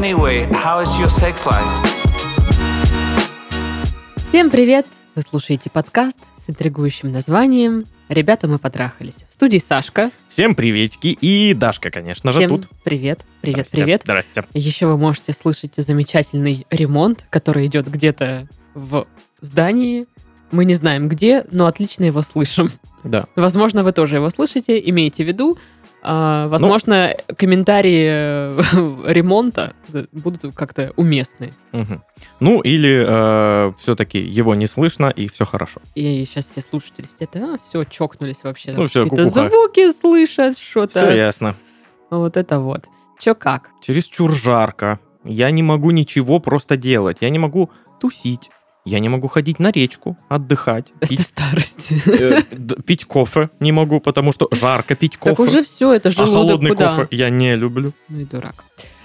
Anyway, how is your sex life? Всем привет! Вы слушаете подкаст с интригующим названием «Ребята, мы потрахались». В студии Сашка. Всем приветики. И Дашка, конечно же, тут. Привет. Здрасте. Привет. Здрасте. Еще вы можете слышать замечательный ремонт, который идет где-то в здании. Мы не знаем где, но отлично его слышим. Да. Возможно, вы тоже его слышите, имейте в виду. Возможно, комментарии ремонта будут как-то уместны. Угу. Ну, или все-таки его не слышно, и все хорошо. И сейчас все слушатели сидят, все, чокнулись вообще. Ну, все, какие-то кукуха. звуки слышат, что-то. Все ясно. Вот это вот. Чё как? Чересчур жарко. Я не могу ничего просто делать. Я не могу тусить. Я не могу ходить на речку, отдыхать. Это старость. Пить кофе не могу, потому что жарко пить кофе. Так уже все, это А желудок холодный куда? кофе я не люблю. Ну и дурак.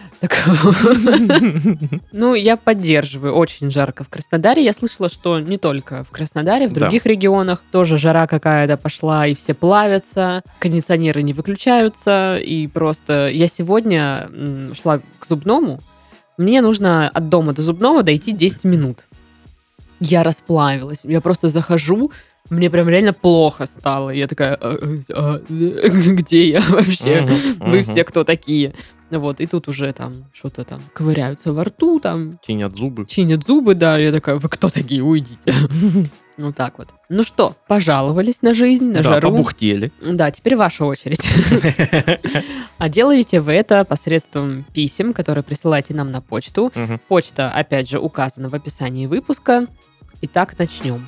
Ну, я поддерживаю. Очень жарко в Краснодаре. Я слышала, что не только в Краснодаре, в других регионах тоже жара какая-то пошла, и все плавятся, кондиционеры не выключаются. И просто я сегодня шла к зубному. Мне нужно от дома до зубного дойти 10 минут. Я расплавилась. Я просто захожу, мне прям реально плохо стало. Я такая, где я вообще? Вы все кто такие? Вот, и тут уже там что-то там ковыряются во рту, там. Чинят зубы. Чинят зубы, да. Я такая, вы кто такие? Уйдите. Ну так вот. Ну что, пожаловались на жизнь, на жару. Да, побухтели. Да, теперь ваша очередь. А делаете вы это посредством писем, которые присылаете нам на почту. Почта, опять же, указана в описании выпуска. Итак, начнем.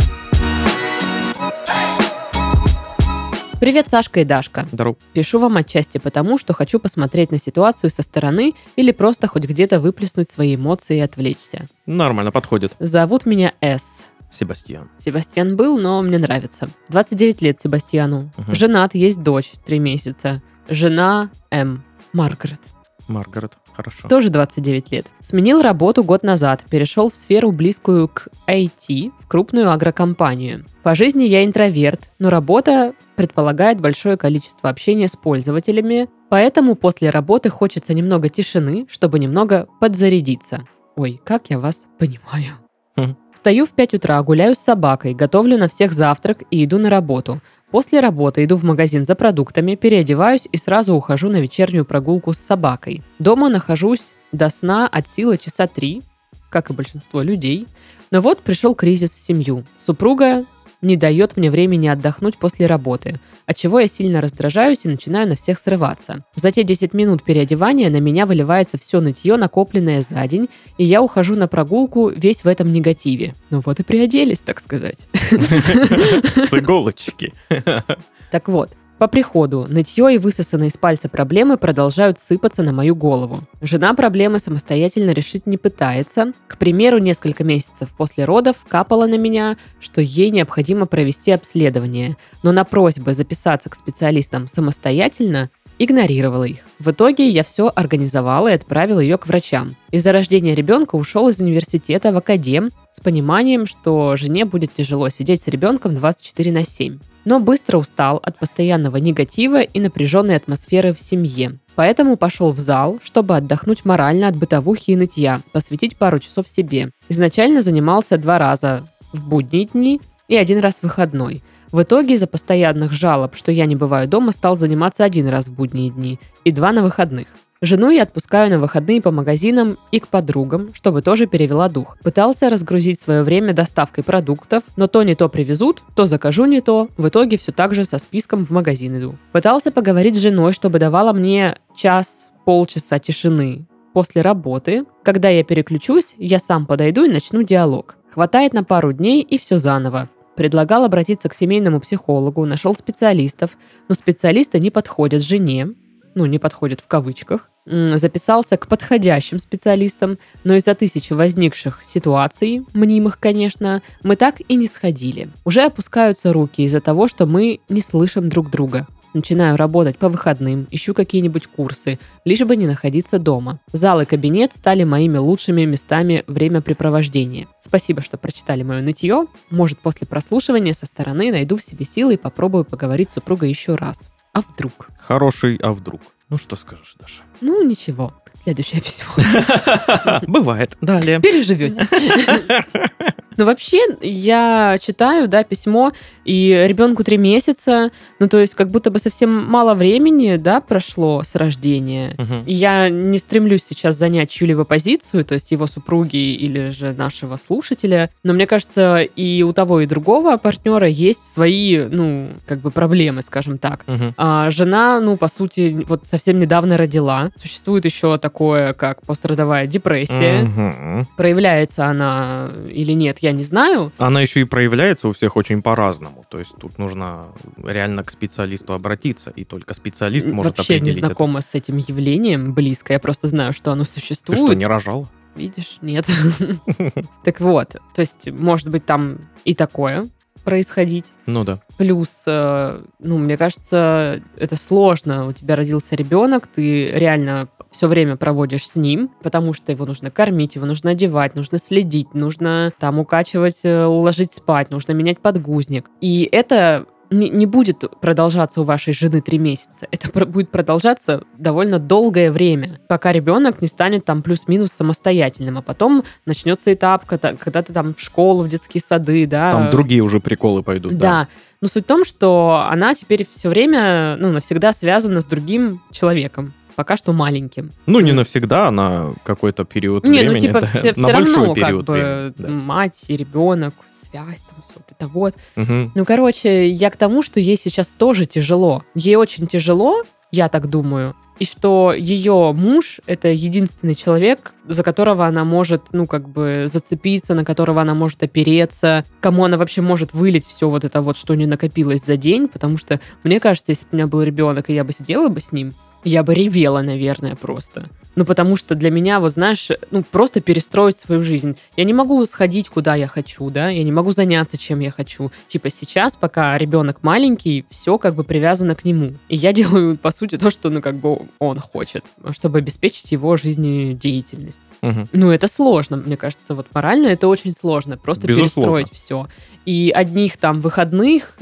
Привет, Сашка и Дашка. Здорово. Пишу вам отчасти потому, что хочу посмотреть на ситуацию со стороны или просто хоть где-то выплеснуть свои эмоции и отвлечься. Нормально, подходит. Зовут меня С. Себастьян. Себастьян был, но мне нравится. 29 лет Себастьяну. Женат, есть дочь, 3 месяца. Жена М. Маргарет. Маргарет, хорошо. Тоже 29 лет. Сменил работу год назад, перешел в сферу, близкую к IT, в крупную агрокомпанию. По жизни я интроверт, но работа предполагает большое количество общения с пользователями, поэтому после работы хочется немного тишины, чтобы немного подзарядиться. Ой, как я вас понимаю. Встаю в 5 утра, гуляю с собакой, готовлю на всех завтрак и иду на работу. После работы иду в магазин за продуктами, переодеваюсь и сразу ухожу на вечернюю прогулку с собакой. Дома нахожусь до сна от силы часа 3, как и большинство людей. Но вот пришел кризис в семью. Супруга не дает мне времени отдохнуть после работы, отчего я сильно раздражаюсь и начинаю на всех срываться. За те 10 минут переодевания на меня выливается все нытье, накопленное за день, и я ухожу на прогулку весь в этом негативе. Ну вот и приоделись, так сказать. С иголочки. Так вот, по приходу нытье и высосанные из пальца проблемы продолжают сыпаться на мою голову. Жена проблемы самостоятельно решить не пытается. К примеру, несколько месяцев после родов капала на меня, что ей необходимо провести обследование, но на просьбы записаться к специалистам самостоятельно игнорировала их. В итоге я все организовала и отправила ее к врачам. Из-за рождения ребенка ушел из университета в академ с пониманием, что жене будет тяжело сидеть с ребенком 24/7. Но быстро устал от постоянного негатива и напряженной атмосферы в семье. Поэтому пошел в зал, чтобы отдохнуть морально от бытовухи и нытья, посвятить пару часов себе. Изначально занимался 2 раза в будние дни и 1 раз в выходной. В итоге из-за постоянных жалоб, что я не бываю дома, стал заниматься 1 раз в будние дни и 2 на выходных. Жену я отпускаю на выходные по магазинам и к подругам, чтобы тоже перевела дух. Пытался разгрузить свое время доставкой продуктов, но то не то привезут, то закажу не то. В итоге все так же со списком в магазин иду. Пытался поговорить с женой, чтобы давала мне час-полчаса тишины после работы. Когда я переключусь, я сам подойду и начну диалог. Хватает на пару дней и все заново. Предлагал обратиться к семейному психологу, нашел специалистов, но специалисты не подходят жене. Не подходит в кавычках, записался к подходящим специалистам, но из-за 1000 возникших ситуаций, мнимых, конечно, мы так и не сходили. Уже опускаются руки из-за того, что мы не слышим друг друга. Начинаю работать по выходным, ищу какие-нибудь курсы, лишь бы не находиться дома. Зал и кабинет стали моими лучшими местами времяпрепровождения. Спасибо, что прочитали мое нытье. Может, после прослушивания со стороны найду в себе силы и попробую поговорить с супругой еще раз. А вдруг? Хороший, а вдруг? Ну, что скажешь, Даша? Ну, ничего. Следующее письмо. Бывает. Далее. Переживете. Ну, вообще, я читаю, да, письмо, и ребенку 3 месяца, ну, то есть как будто бы совсем мало времени, да, прошло с рождения. И я не стремлюсь сейчас занять чью-либо позицию, то есть его супруги или же нашего слушателя, но мне кажется, и у того, и другого партнера есть свои, ну, как бы проблемы, скажем так. А жена, ну, по сути, вот совсем недавно родила. Существует еще такое, как пострадовая депрессия. Проявляется она или нет, я не знаю. Она еще и проявляется у всех очень по-разному. То есть тут нужно реально к специалисту обратиться, и только специалист может вообще определить не знакома с этим явлением близко. Я просто знаю, что оно существует. Ты что, не рожала? Видишь? Нет. Так вот, то есть, может быть, там и такое происходить. Ну да. Плюс, ну, мне кажется, это сложно. У тебя родился ребенок, ты реально все время проводишь с ним, потому что его нужно кормить, его нужно одевать, нужно следить, нужно там укачивать, уложить спать, нужно менять подгузник. И это не будет продолжаться у вашей жены 3 месяца. Это будет продолжаться довольно долгое время, пока ребенок не станет там плюс-минус самостоятельным. А потом начнется этап, когда ты там в школу, в детские сады, да. Там другие уже приколы пойдут. Да. Но суть в том, что она теперь все время, ну, навсегда связана с другим человеком. Пока что маленьким. Ну, не навсегда, на какой-то период времени. Ну, типа, да, все на большой равно, период как бы, времени. Да. мать и ребенок, связь, там, все вот это вот. Ну, короче, я к тому, что ей сейчас тоже тяжело. Ей очень тяжело, я так думаю, и что ее муж — это единственный человек, за которого она может, ну, как бы зацепиться, на которого она может опереться, кому она вообще может вылить все вот это вот, что не накопилось за день, потому что, мне кажется, если бы у меня был ребенок, и я бы сидела бы с ним, я бы ревела, наверное, просто. Ну, потому что для меня, вот знаешь, ну, просто перестроить свою жизнь. Я не могу сходить, куда я хочу, да, я не могу заняться, чем я хочу. Типа сейчас, пока ребенок маленький, все как бы привязано к нему. И я делаю, по сути, то, что, ну, как бы он хочет, чтобы обеспечить его жизнедеятельность. Ну, это сложно, мне кажется, вот морально это очень сложно, просто перестроить все. И одних там выходных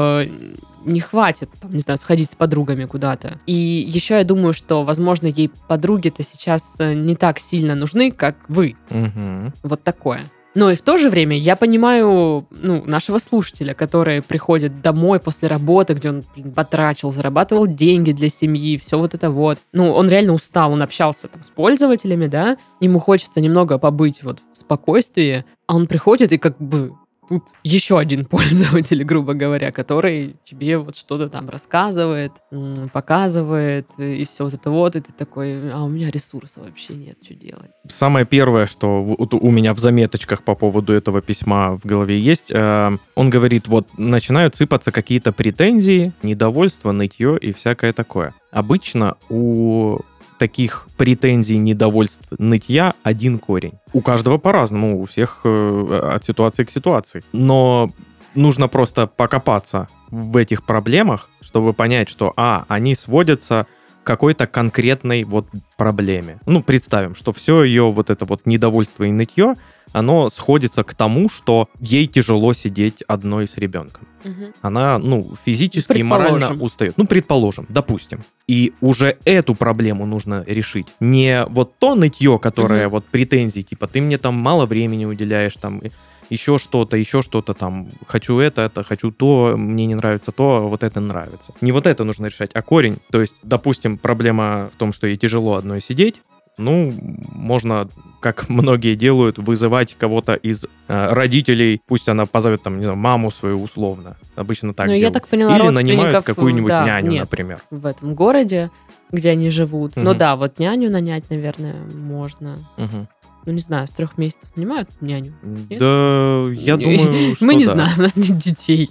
не хватит, там, не знаю, сходить с подругами куда-то. И еще я думаю, что, возможно, ей подруги-то сейчас не так сильно нужны, как вы. Вот такое. Но и в то же время я понимаю, ну, нашего слушателя, который приходит домой после работы, где он потрачил, зарабатывал деньги для семьи, все вот это вот. Ну, он реально устал, он общался там с пользователями, да, ему хочется немного побыть вот в спокойствии, а он приходит и как бы тут еще один пользователь, грубо говоря, который тебе вот что-то там рассказывает, показывает, и все вот это вот, и ты такой, а у меня ресурса вообще нет, что делать. Самое первое, что вот у меня в заметочках по поводу этого письма в голове есть, он говорит, вот начинают сыпаться какие-то претензии, недовольство, нытье и всякое такое. Обычно у таких претензий, недовольств, нытья один корень. У каждого по-разному, у всех от ситуации к ситуации. Но нужно просто покопаться в этих проблемах, чтобы понять, что, они сводятся к какой-то конкретной вот проблеме. Ну, представим, что все ее вот это вот недовольство и нытье, оно сходится к тому, что ей тяжело сидеть одной с ребенком. Она, ну, физически и морально устает. Ну, предположим, допустим. И уже эту проблему нужно решить. Не вот то нытье, которое вот претензии, типа, ты мне там мало времени уделяешь, там, еще что-то там, хочу это, хочу то, мне не нравится то, вот это нравится. Не вот это нужно решать, а корень. То есть, допустим, проблема в том, что ей тяжело одной сидеть, ну, можно, как многие делают, вызывать кого-то из родителей, пусть она позовет, там, не знаю, маму свою условно. Обычно так делают. Я так поняла, или нанимают какую-нибудь няню, например. В этом городе, где они живут. Но да, вот няню нанять, наверное, можно. Ну, не знаю, с 3 месяцев нанимают няню? Нет? Да, я думаю, что мы не знаем, у нас нет детей.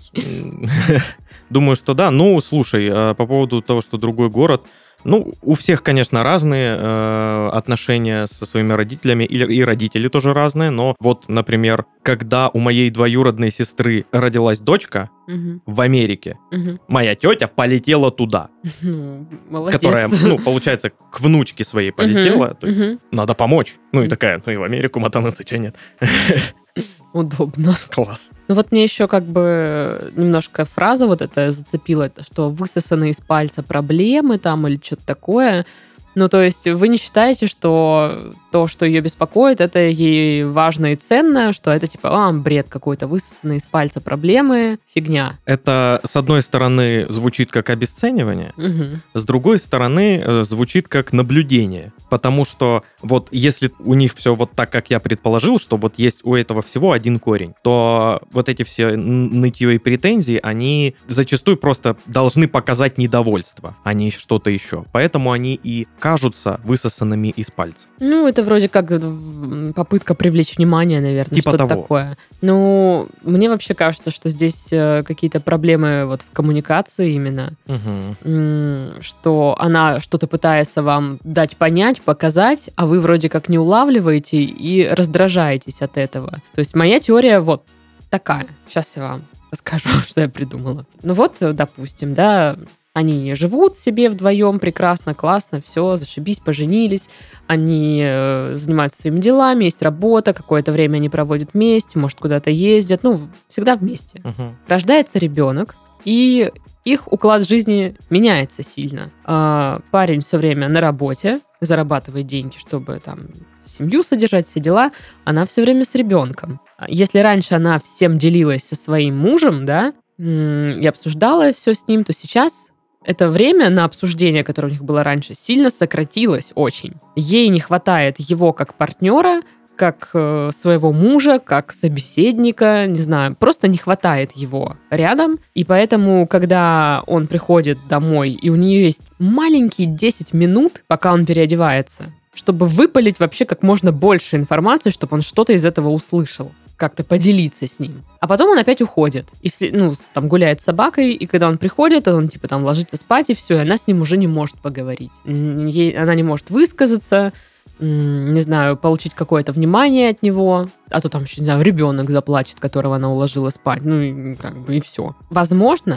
Думаю, что да. Ну, слушай, по поводу того, что другой город, ну, у всех, конечно, разные отношения со своими родителями, и родители тоже разные, но вот, например, когда у моей двоюродной сестры родилась дочка в Америке, моя тетя полетела туда. Молодец. Которая, ну, получается, к внучке своей полетела. То есть надо помочь. Ну, и такая, ну, и в Америку мотануться, че нет? Удобно. Класс. Ну вот мне еще как бы немножко фраза вот эта зацепила, это что высосаны из пальца проблемы там или что-то такое. Ну, то есть вы не считаете, что то, что ее беспокоит, это ей важно и ценно, что это типа, бред какой-то, высосанный из пальца проблемы, фигня. Это, с одной стороны, звучит как обесценивание, Угу. с другой стороны, звучит как наблюдение. Потому что вот если у них все вот так, как я предположил, что вот есть у этого всего один корень, то вот эти все нытье и претензии, они зачастую просто должны показать недовольство, а не что-то еще. Поэтому они и кажутся высосанными из пальца. Ну, это вроде как попытка привлечь внимание, наверное, Типа что-то того. такое. Ну, мне вообще кажется, что здесь какие-то проблемы вот в коммуникации именно, что она что-то пытается вам дать понять, показать, а вы вроде как не улавливаете и раздражаетесь от этого. То есть моя теория вот такая. Сейчас я вам расскажу, что я придумала. Ну вот, допустим, да, они живут себе вдвоем прекрасно, классно, все, зашибись, поженились, они занимаются своими делами, есть работа, какое-то время они проводят вместе, может, куда-то ездят, ну, всегда вместе. Рождается ребенок, и их уклад жизни меняется сильно. Парень все время на работе, зарабатывает деньги, чтобы там семью содержать, все дела, она все время с ребенком. Если раньше она всем делилась со своим мужем, да, и обсуждала все с ним, то сейчас это время на обсуждение, которое у них было раньше, сильно сократилось очень. Ей не хватает его как партнера, как своего мужа, как собеседника, не знаю, просто не хватает его рядом. И поэтому, когда он приходит домой, и у нее есть маленькие 10 минут, пока он переодевается, чтобы выпалить вообще как можно больше информации, чтобы он что-то из этого услышал, как-то поделиться с ним. А потом он опять уходит. И, там гуляет с собакой, и когда он приходит, он типа там ложится спать, и все, и она с ним уже не может поговорить. Она не может высказаться, не знаю, получить какое-то внимание от него, а то там еще, не знаю, ребенок заплачет, которого она уложила спать, ну и как бы и все. Возможно,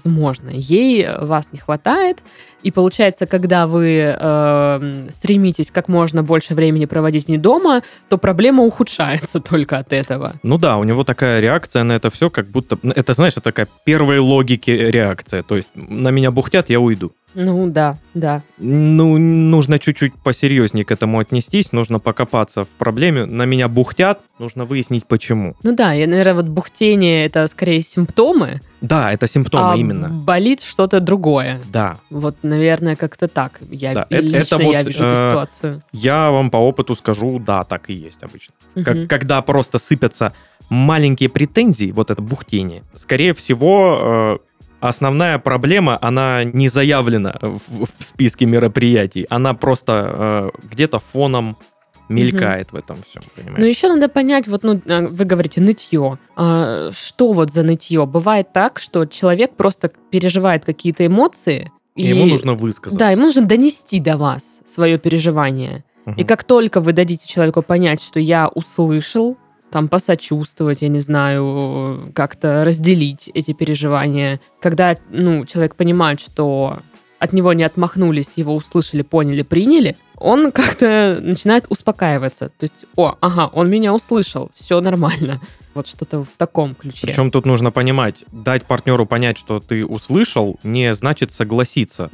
ей вас не хватает, и получается, когда вы стремитесь как можно больше времени проводить вне дома, то проблема ухудшается только от этого. Ну да, у него такая реакция на это все, как будто, это, знаешь, это такая первой логики реакция, то есть на меня бухтят, я уйду. Ну да. Ну, нужно чуть-чуть посерьезнее к этому отнестись, нужно покопаться в проблеме. На меня бухтят, нужно выяснить, почему. Ну да, наверное, вот бухтение — это скорее симптомы. Да, это симптомы именно. Болит что-то другое. Да. Вот, наверное, как-то так. Я это вижу вот, эту ситуацию. Я вам по опыту скажу, да, так и есть обычно. Когда просто сыпятся маленькие претензии, вот это бухтение, скорее всего... Основная проблема, она не заявлена в списке мероприятий, она просто где-то фоном мелькает в этом всем, понимаете? Ну, еще надо понять, вот, вы говорите, нытье. Что вот за нытье? Бывает так, что человек просто переживает какие-то эмоции. И ему нужно высказаться. Да, ему нужно донести до вас свое переживание. И как только вы дадите человеку понять, что я услышал, там посочувствовать, я не знаю, как-то разделить эти переживания. Когда, человек понимает, что от него не отмахнулись, его услышали, поняли, приняли, он как-то начинает успокаиваться. То есть, он меня услышал, все нормально. Вот что-то в таком ключе. Причем тут нужно понимать, дать партнеру понять, что ты услышал, не значит согласиться.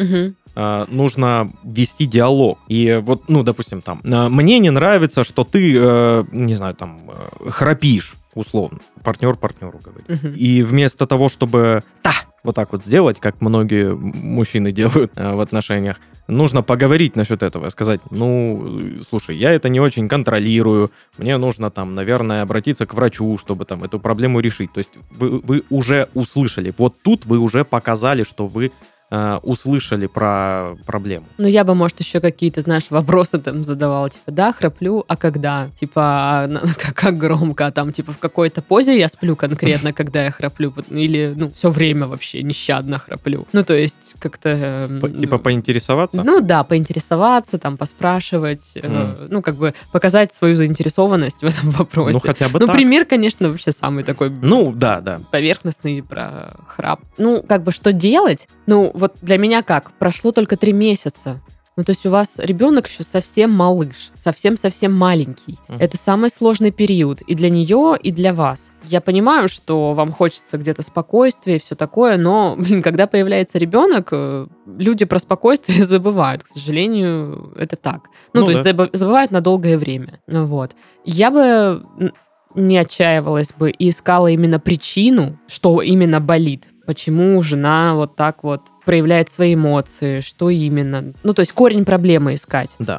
Нужно вести диалог. И вот, допустим, там, мне не нравится, что ты, не знаю, там, храпишь, условно. Партнер партнеру говорит. И вместо того, чтобы вот так вот сделать, как многие мужчины делают в отношениях, нужно поговорить насчет этого, сказать, слушай, я это не очень контролирую, мне нужно там, наверное, обратиться к врачу, чтобы там эту проблему решить. То есть вы уже услышали. Вот тут вы уже показали, что вы услышали про проблему. Ну, я бы, может, еще какие-то, знаешь, вопросы там задавала, типа, да, храплю, а когда? Типа, как громко, там, типа, в какой-то позе я сплю конкретно, когда я храплю, или, все время вообще нещадно храплю. Ну, то есть, как-то... Типа, поинтересоваться? Ну, да, поинтересоваться, там, поспрашивать, как бы показать свою заинтересованность в этом вопросе. Ну, хотя бы так. Пример, конечно, вообще самый такой... Да. Поверхностный про храп. Как бы, что делать? Вот для меня как? Прошло только 3 месяца. Ну, то есть у вас ребенок еще совсем малыш, совсем-совсем маленький. Это самый сложный период и для нее, и для вас. Я понимаю, что вам хочется где-то спокойствия и все такое, но, когда появляется ребенок, люди про спокойствие забывают. К сожалению, это так. То есть забывают на долгое время. Вот. Я бы не отчаивалась бы и искала именно причину, что именно болит. Почему жена вот так вот проявляет свои эмоции, что именно. То есть корень проблемы искать. Да.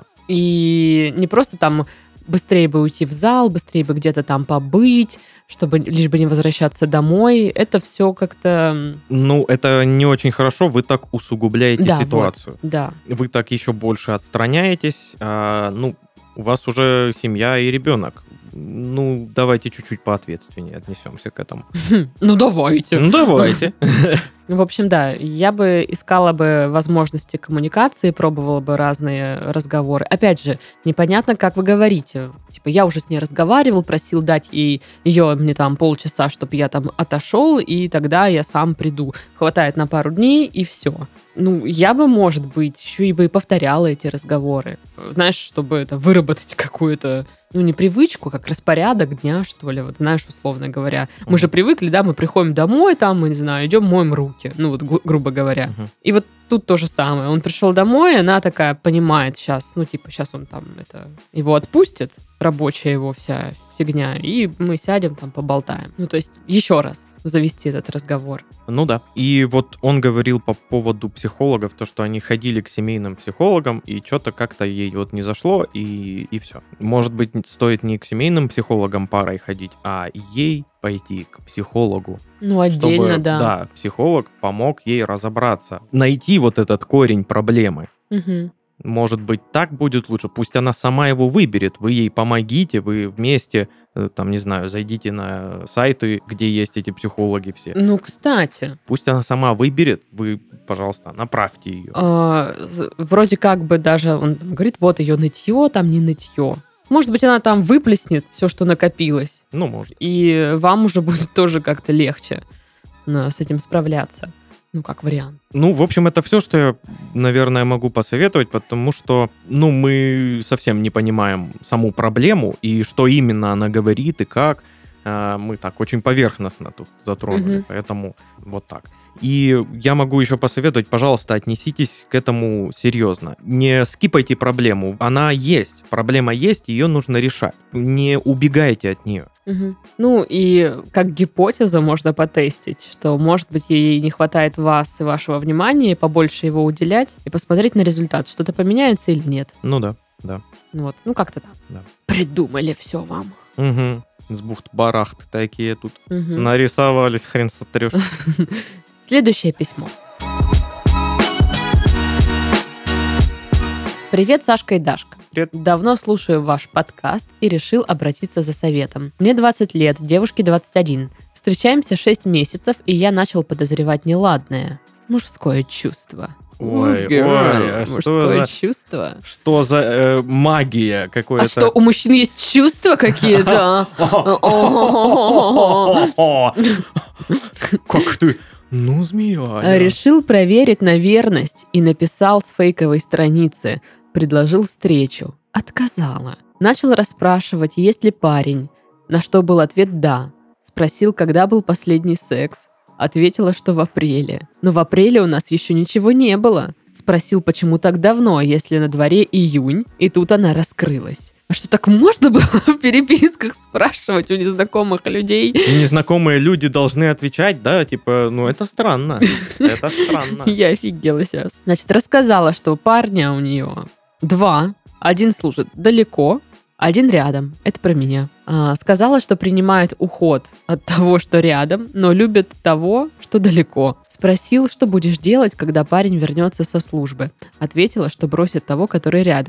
И не просто там быстрее бы уйти в зал, быстрее бы где-то там побыть, чтобы лишь бы не возвращаться домой. Это все как-то... Это не очень хорошо, вы так усугубляете ситуацию. Вот, да. Вы так еще больше отстраняетесь, у вас уже семья и ребенок. Давайте чуть-чуть поответственнее отнесемся к этому. Давайте. Давайте. В общем, да, я бы искала бы возможности коммуникации, пробовала бы разные разговоры. Опять же, непонятно, как вы говорите. Типа, я уже с ней разговаривал, просил дать ее мне там полчаса, чтобы я там отошел, и тогда я сам приду. Хватает на пару дней, и все. Я бы, может быть, еще и бы повторяла эти разговоры. Знаешь, чтобы это выработать какую-то, не привычку, как распорядок дня, что ли. Вот знаешь, условно говоря. Мы же привыкли, да, мы приходим домой, там, мы, не знаю, идем моем руки. Грубо говоря. И вот тут то же самое. Он пришел домой, она такая понимает сейчас, сейчас он там его отпустит, рабочая его вся фигня, и мы сядем там поболтаем. То есть еще раз завести этот разговор. Да. И вот он говорил по поводу психологов, то, что они ходили к семейным психологам, и что-то как-то ей вот не зашло, и все. Может быть, стоит не к семейным психологам парой ходить, а ей пойти к психологу. Отдельно, чтобы, да. Да, психолог помог ей разобраться, найти вот этот корень проблемы. Угу. Может быть, так будет лучше. Пусть она сама его выберет. Вы ей помогите, вы вместе, там, не знаю, зайдите на сайты, где есть эти психологи все. Кстати. Пусть она сама выберет, вы, пожалуйста, направьте ее. Вроде как бы даже он говорит, вот ее нытье, там не нытье. Может быть, она там выплеснет все, что накопилось. Может. И вам уже будет тоже как-то легче с этим справляться. Как вариант. В общем, это все, что я, наверное, могу посоветовать, потому что, мы совсем не понимаем саму проблему и что именно она говорит и как. Мы так очень поверхностно тут затронули, поэтому вот так. И я могу еще посоветовать, пожалуйста, отнеситесь к этому серьезно. Не скипайте проблему. Она есть, проблема есть, ее нужно решать. Не убегайте от нее. И как гипотеза можно потестить, что, может быть, ей не хватает вас и вашего внимания, побольше его уделять и посмотреть на результат, что-то поменяется или нет. Да. Как-то так. Да. Придумали все вам. С бухт-барахт такие тут нарисовались, хрен сотрешь. Следующее письмо. Привет, Сашка и Дашка. Привет. Давно слушаю ваш подкаст и решил обратиться за советом. Мне 20 лет, девушке 21. Встречаемся 6 месяцев, и я начал подозревать неладное. Мужское чувство. Ой, мужское чувство. Что за магия какое-то? А что, у мужчин есть чувства какие-то? Как ты? Змея. Решил проверить на верность и написал с фейковой страницы. Предложил встречу. Отказала. Начал расспрашивать, есть ли парень. На что был ответ «да». Спросил, когда был последний секс. Ответила, что в апреле. Но в апреле у нас еще ничего не было. Спросил, почему так давно, если на дворе июнь, и тут она раскрылась. А что, так можно было в переписках спрашивать у незнакомых людей? И незнакомые люди должны отвечать, да? Типа, это странно. Это странно. Я офигела сейчас. Значит, рассказала, что парня у нее 2. Один служит далеко, один рядом. Это про меня. Сказала, что принимает уход от того, что рядом, но любит того, что далеко. Спросил, что будешь делать, когда парень вернется со службы. Ответила, что бросит того, который рядом.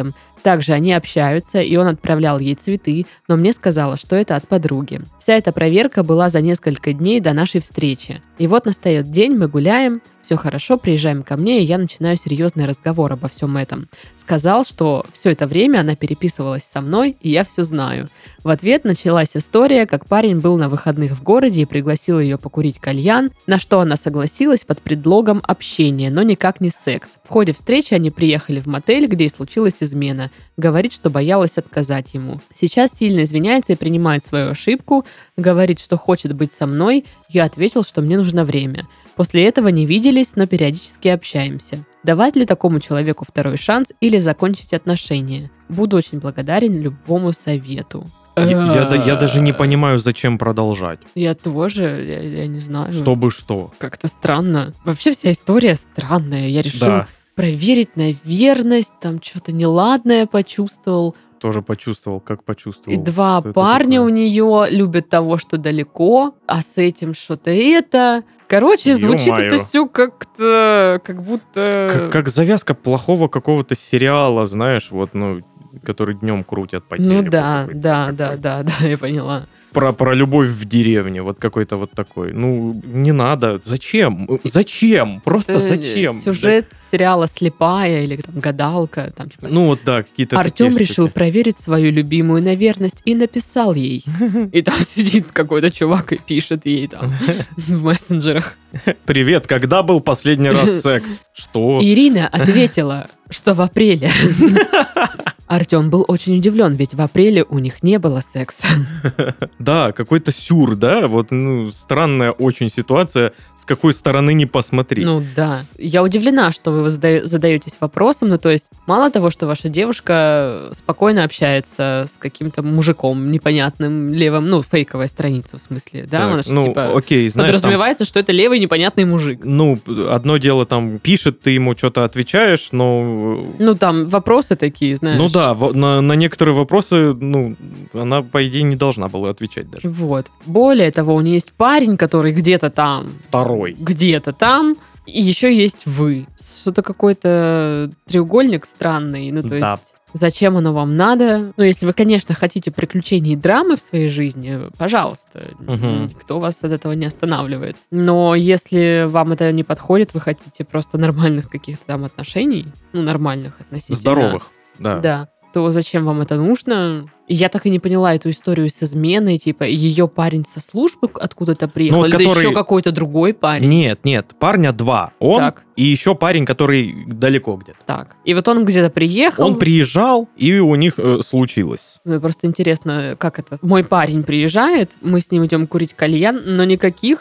Также они общаются, и он отправлял ей цветы, но мне сказала, что это от подруги. Вся эта проверка была за несколько дней до нашей встречи. И вот настает день, мы гуляем, все хорошо, приезжаем ко мне, и я начинаю серьезный разговор обо всем этом. Сказал, что все это время она переписывалась со мной, и я все знаю. В ответ началась история, как парень был на выходных в городе и пригласил ее покурить кальян, на что она согласилась под предлогом общения, но никак не секс. В ходе встречи они приехали в мотель, где и случилась измена. Говорит, что боялась отказать ему. Сейчас сильно извиняется и принимает свою ошибку. Говорит, что хочет быть со мной. Я ответил, что мне нужно время. После этого не виделись, но периодически общаемся. Давать ли такому человеку второй шанс или закончить отношения? Буду очень благодарен любому совету. Я даже не понимаю, зачем продолжать. Я тоже, я не знаю. Чтобы что? Как-то странно. Вообще вся история странная. Я решил проверить на верность, там что-то неладное почувствовал. Тоже почувствовал, как почувствовал. И два парня у нее любят того, что далеко, а с этим что-то это. Короче, звучит это все как-то, как будто... Как завязка плохого какого-то сериала, знаешь, вот, ну, который днем крутят по телеку. Ну да, я поняла. Про любовь в деревне, вот какой-то вот такой. Ну, не надо. Зачем? Зачем? Просто зачем? Сюжет сериала «Слепая» или там «Гадалка». Там, типа. Ну вот да, какие-то Артем решил проверить свою любимую на верность и написал ей. И там сидит какой-то чувак и пишет ей там в мессенджерах. Привет, когда был последний раз секс? Что? Ирина ответила, что в апреле. Артем был очень удивлен, ведь в апреле у них не было секса. Да, какой-то сюр, да? Вот, ну, странная очень ситуация, с какой стороны не посмотри. Ну да. Я удивлена, что вы задаетесь вопросом, ну то есть мало того, что ваша девушка спокойно общается с каким-то мужиком непонятным левым, ну, фейковая страница в смысле, да? Так, ну, типа, окей, знаешь, подразумевается, что это левый непонятный мужик. Ну, одно дело там пишет, ты ему что-то отвечаешь, но... Ну, там вопросы такие, знаешь. Ну да, на некоторые вопросы, ну, она, по идее, не должна была отвечать даже. Вот. Более того, у нее есть парень, который где-то там... Второй. Где-то там, и еще есть вы. Что-то какой-то треугольник странный, ну, то есть... Зачем оно вам надо? Ну, если вы, конечно, хотите приключений и драмы в своей жизни, пожалуйста. Никто вас от этого не останавливает. Но если вам это не подходит, вы хотите просто нормальных каких-то там отношений, ну, нормальных относительно. Здоровых, да. Да. То зачем вам это нужно? И я так и не поняла эту историю с изменой, типа, ее парень со службы откуда-то приехал, или еще какой-то другой парень? Нет, парня два. Он так. И еще парень, который далеко где-то. Так, и вот он где-то приехал. Он приезжал, и у них случилось. Мне просто интересно, как это? Мой парень приезжает, мы с ним идем курить кальян, но никаких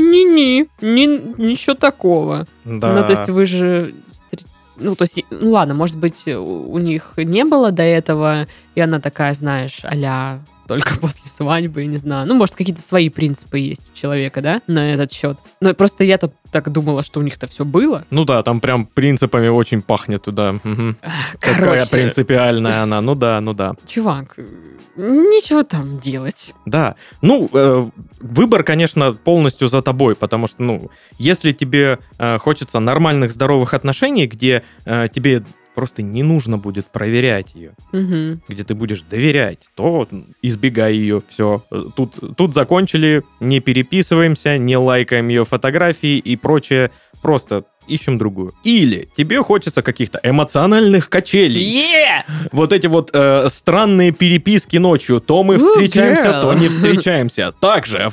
ничего такого. Да. Ну, то есть вы же... Ну, то есть, ну ладно, может быть, у них не было до этого, и она такая, знаешь, а-ля только после свадьбы, не знаю. Ну, может, какие-то свои принципы есть у человека, да, на этот счет. Но просто я-то так думала, что у них-то все было. Ну да, там прям принципами очень пахнет туда. Угу. Какая принципиальная она. Ну да. Чувак, ничего там делать. Да. Ну, выбор, конечно, полностью за тобой, потому что, ну, если тебе хочется нормальных, здоровых отношений, где тебе просто не нужно будет проверять ее, где ты будешь доверять, то избегай ее. Все. Тут закончили, не переписываемся, не лайкаем ее фотографии и прочее. Просто ищем другую. Или тебе хочется каких-то эмоциональных качелей. Вот эти вот странные переписки ночью. То мы встречаемся, то не встречаемся. Также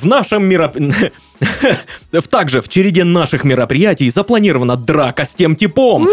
Также в череде наших мероприятий запланирована драка с тем типом.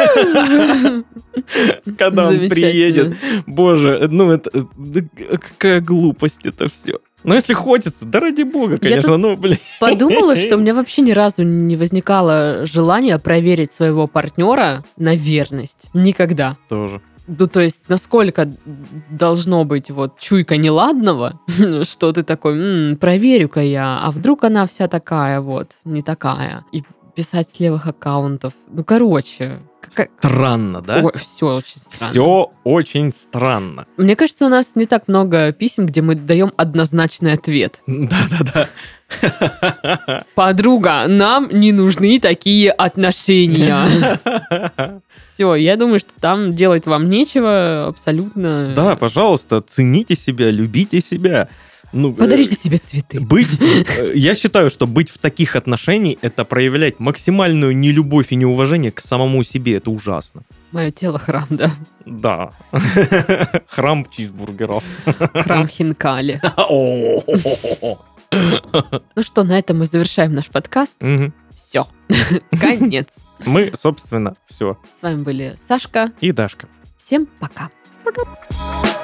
Когда он приедет. Боже, ну это... Какая глупость это все. Но если хочется, да ради бога, конечно, ну, блин. Подумала, что у меня вообще ни разу не возникало желания проверить своего партнера на верность. Никогда. Тоже. Ну, то есть, насколько должно быть вот чуйка неладного, что ты такой, проверю-ка я, а вдруг она вся такая вот, не такая. И писать с левых аккаунтов. Ну, короче. Странно, да? Все очень странно. Все очень странно. Мне кажется, у нас не так много писем, где мы даем однозначный ответ. Да-да-да. Подруга, нам не нужны такие отношения. Все, я думаю, что там делать вам нечего абсолютно. Да, пожалуйста, цените себя, любите себя. Ну, Подарите себе цветы. Я считаю, что быть в таких отношениях — это проявлять максимальную нелюбовь и неуважение к самому себе. Это ужасно. Мое тело храм, да. Да. Храм чизбургеров. Храм хинкали. Ну что, на этом мы завершаем наш подкаст. Все. Конец. Мы, собственно, все. С вами были Сашка И Дашка. Всем пока. Пока.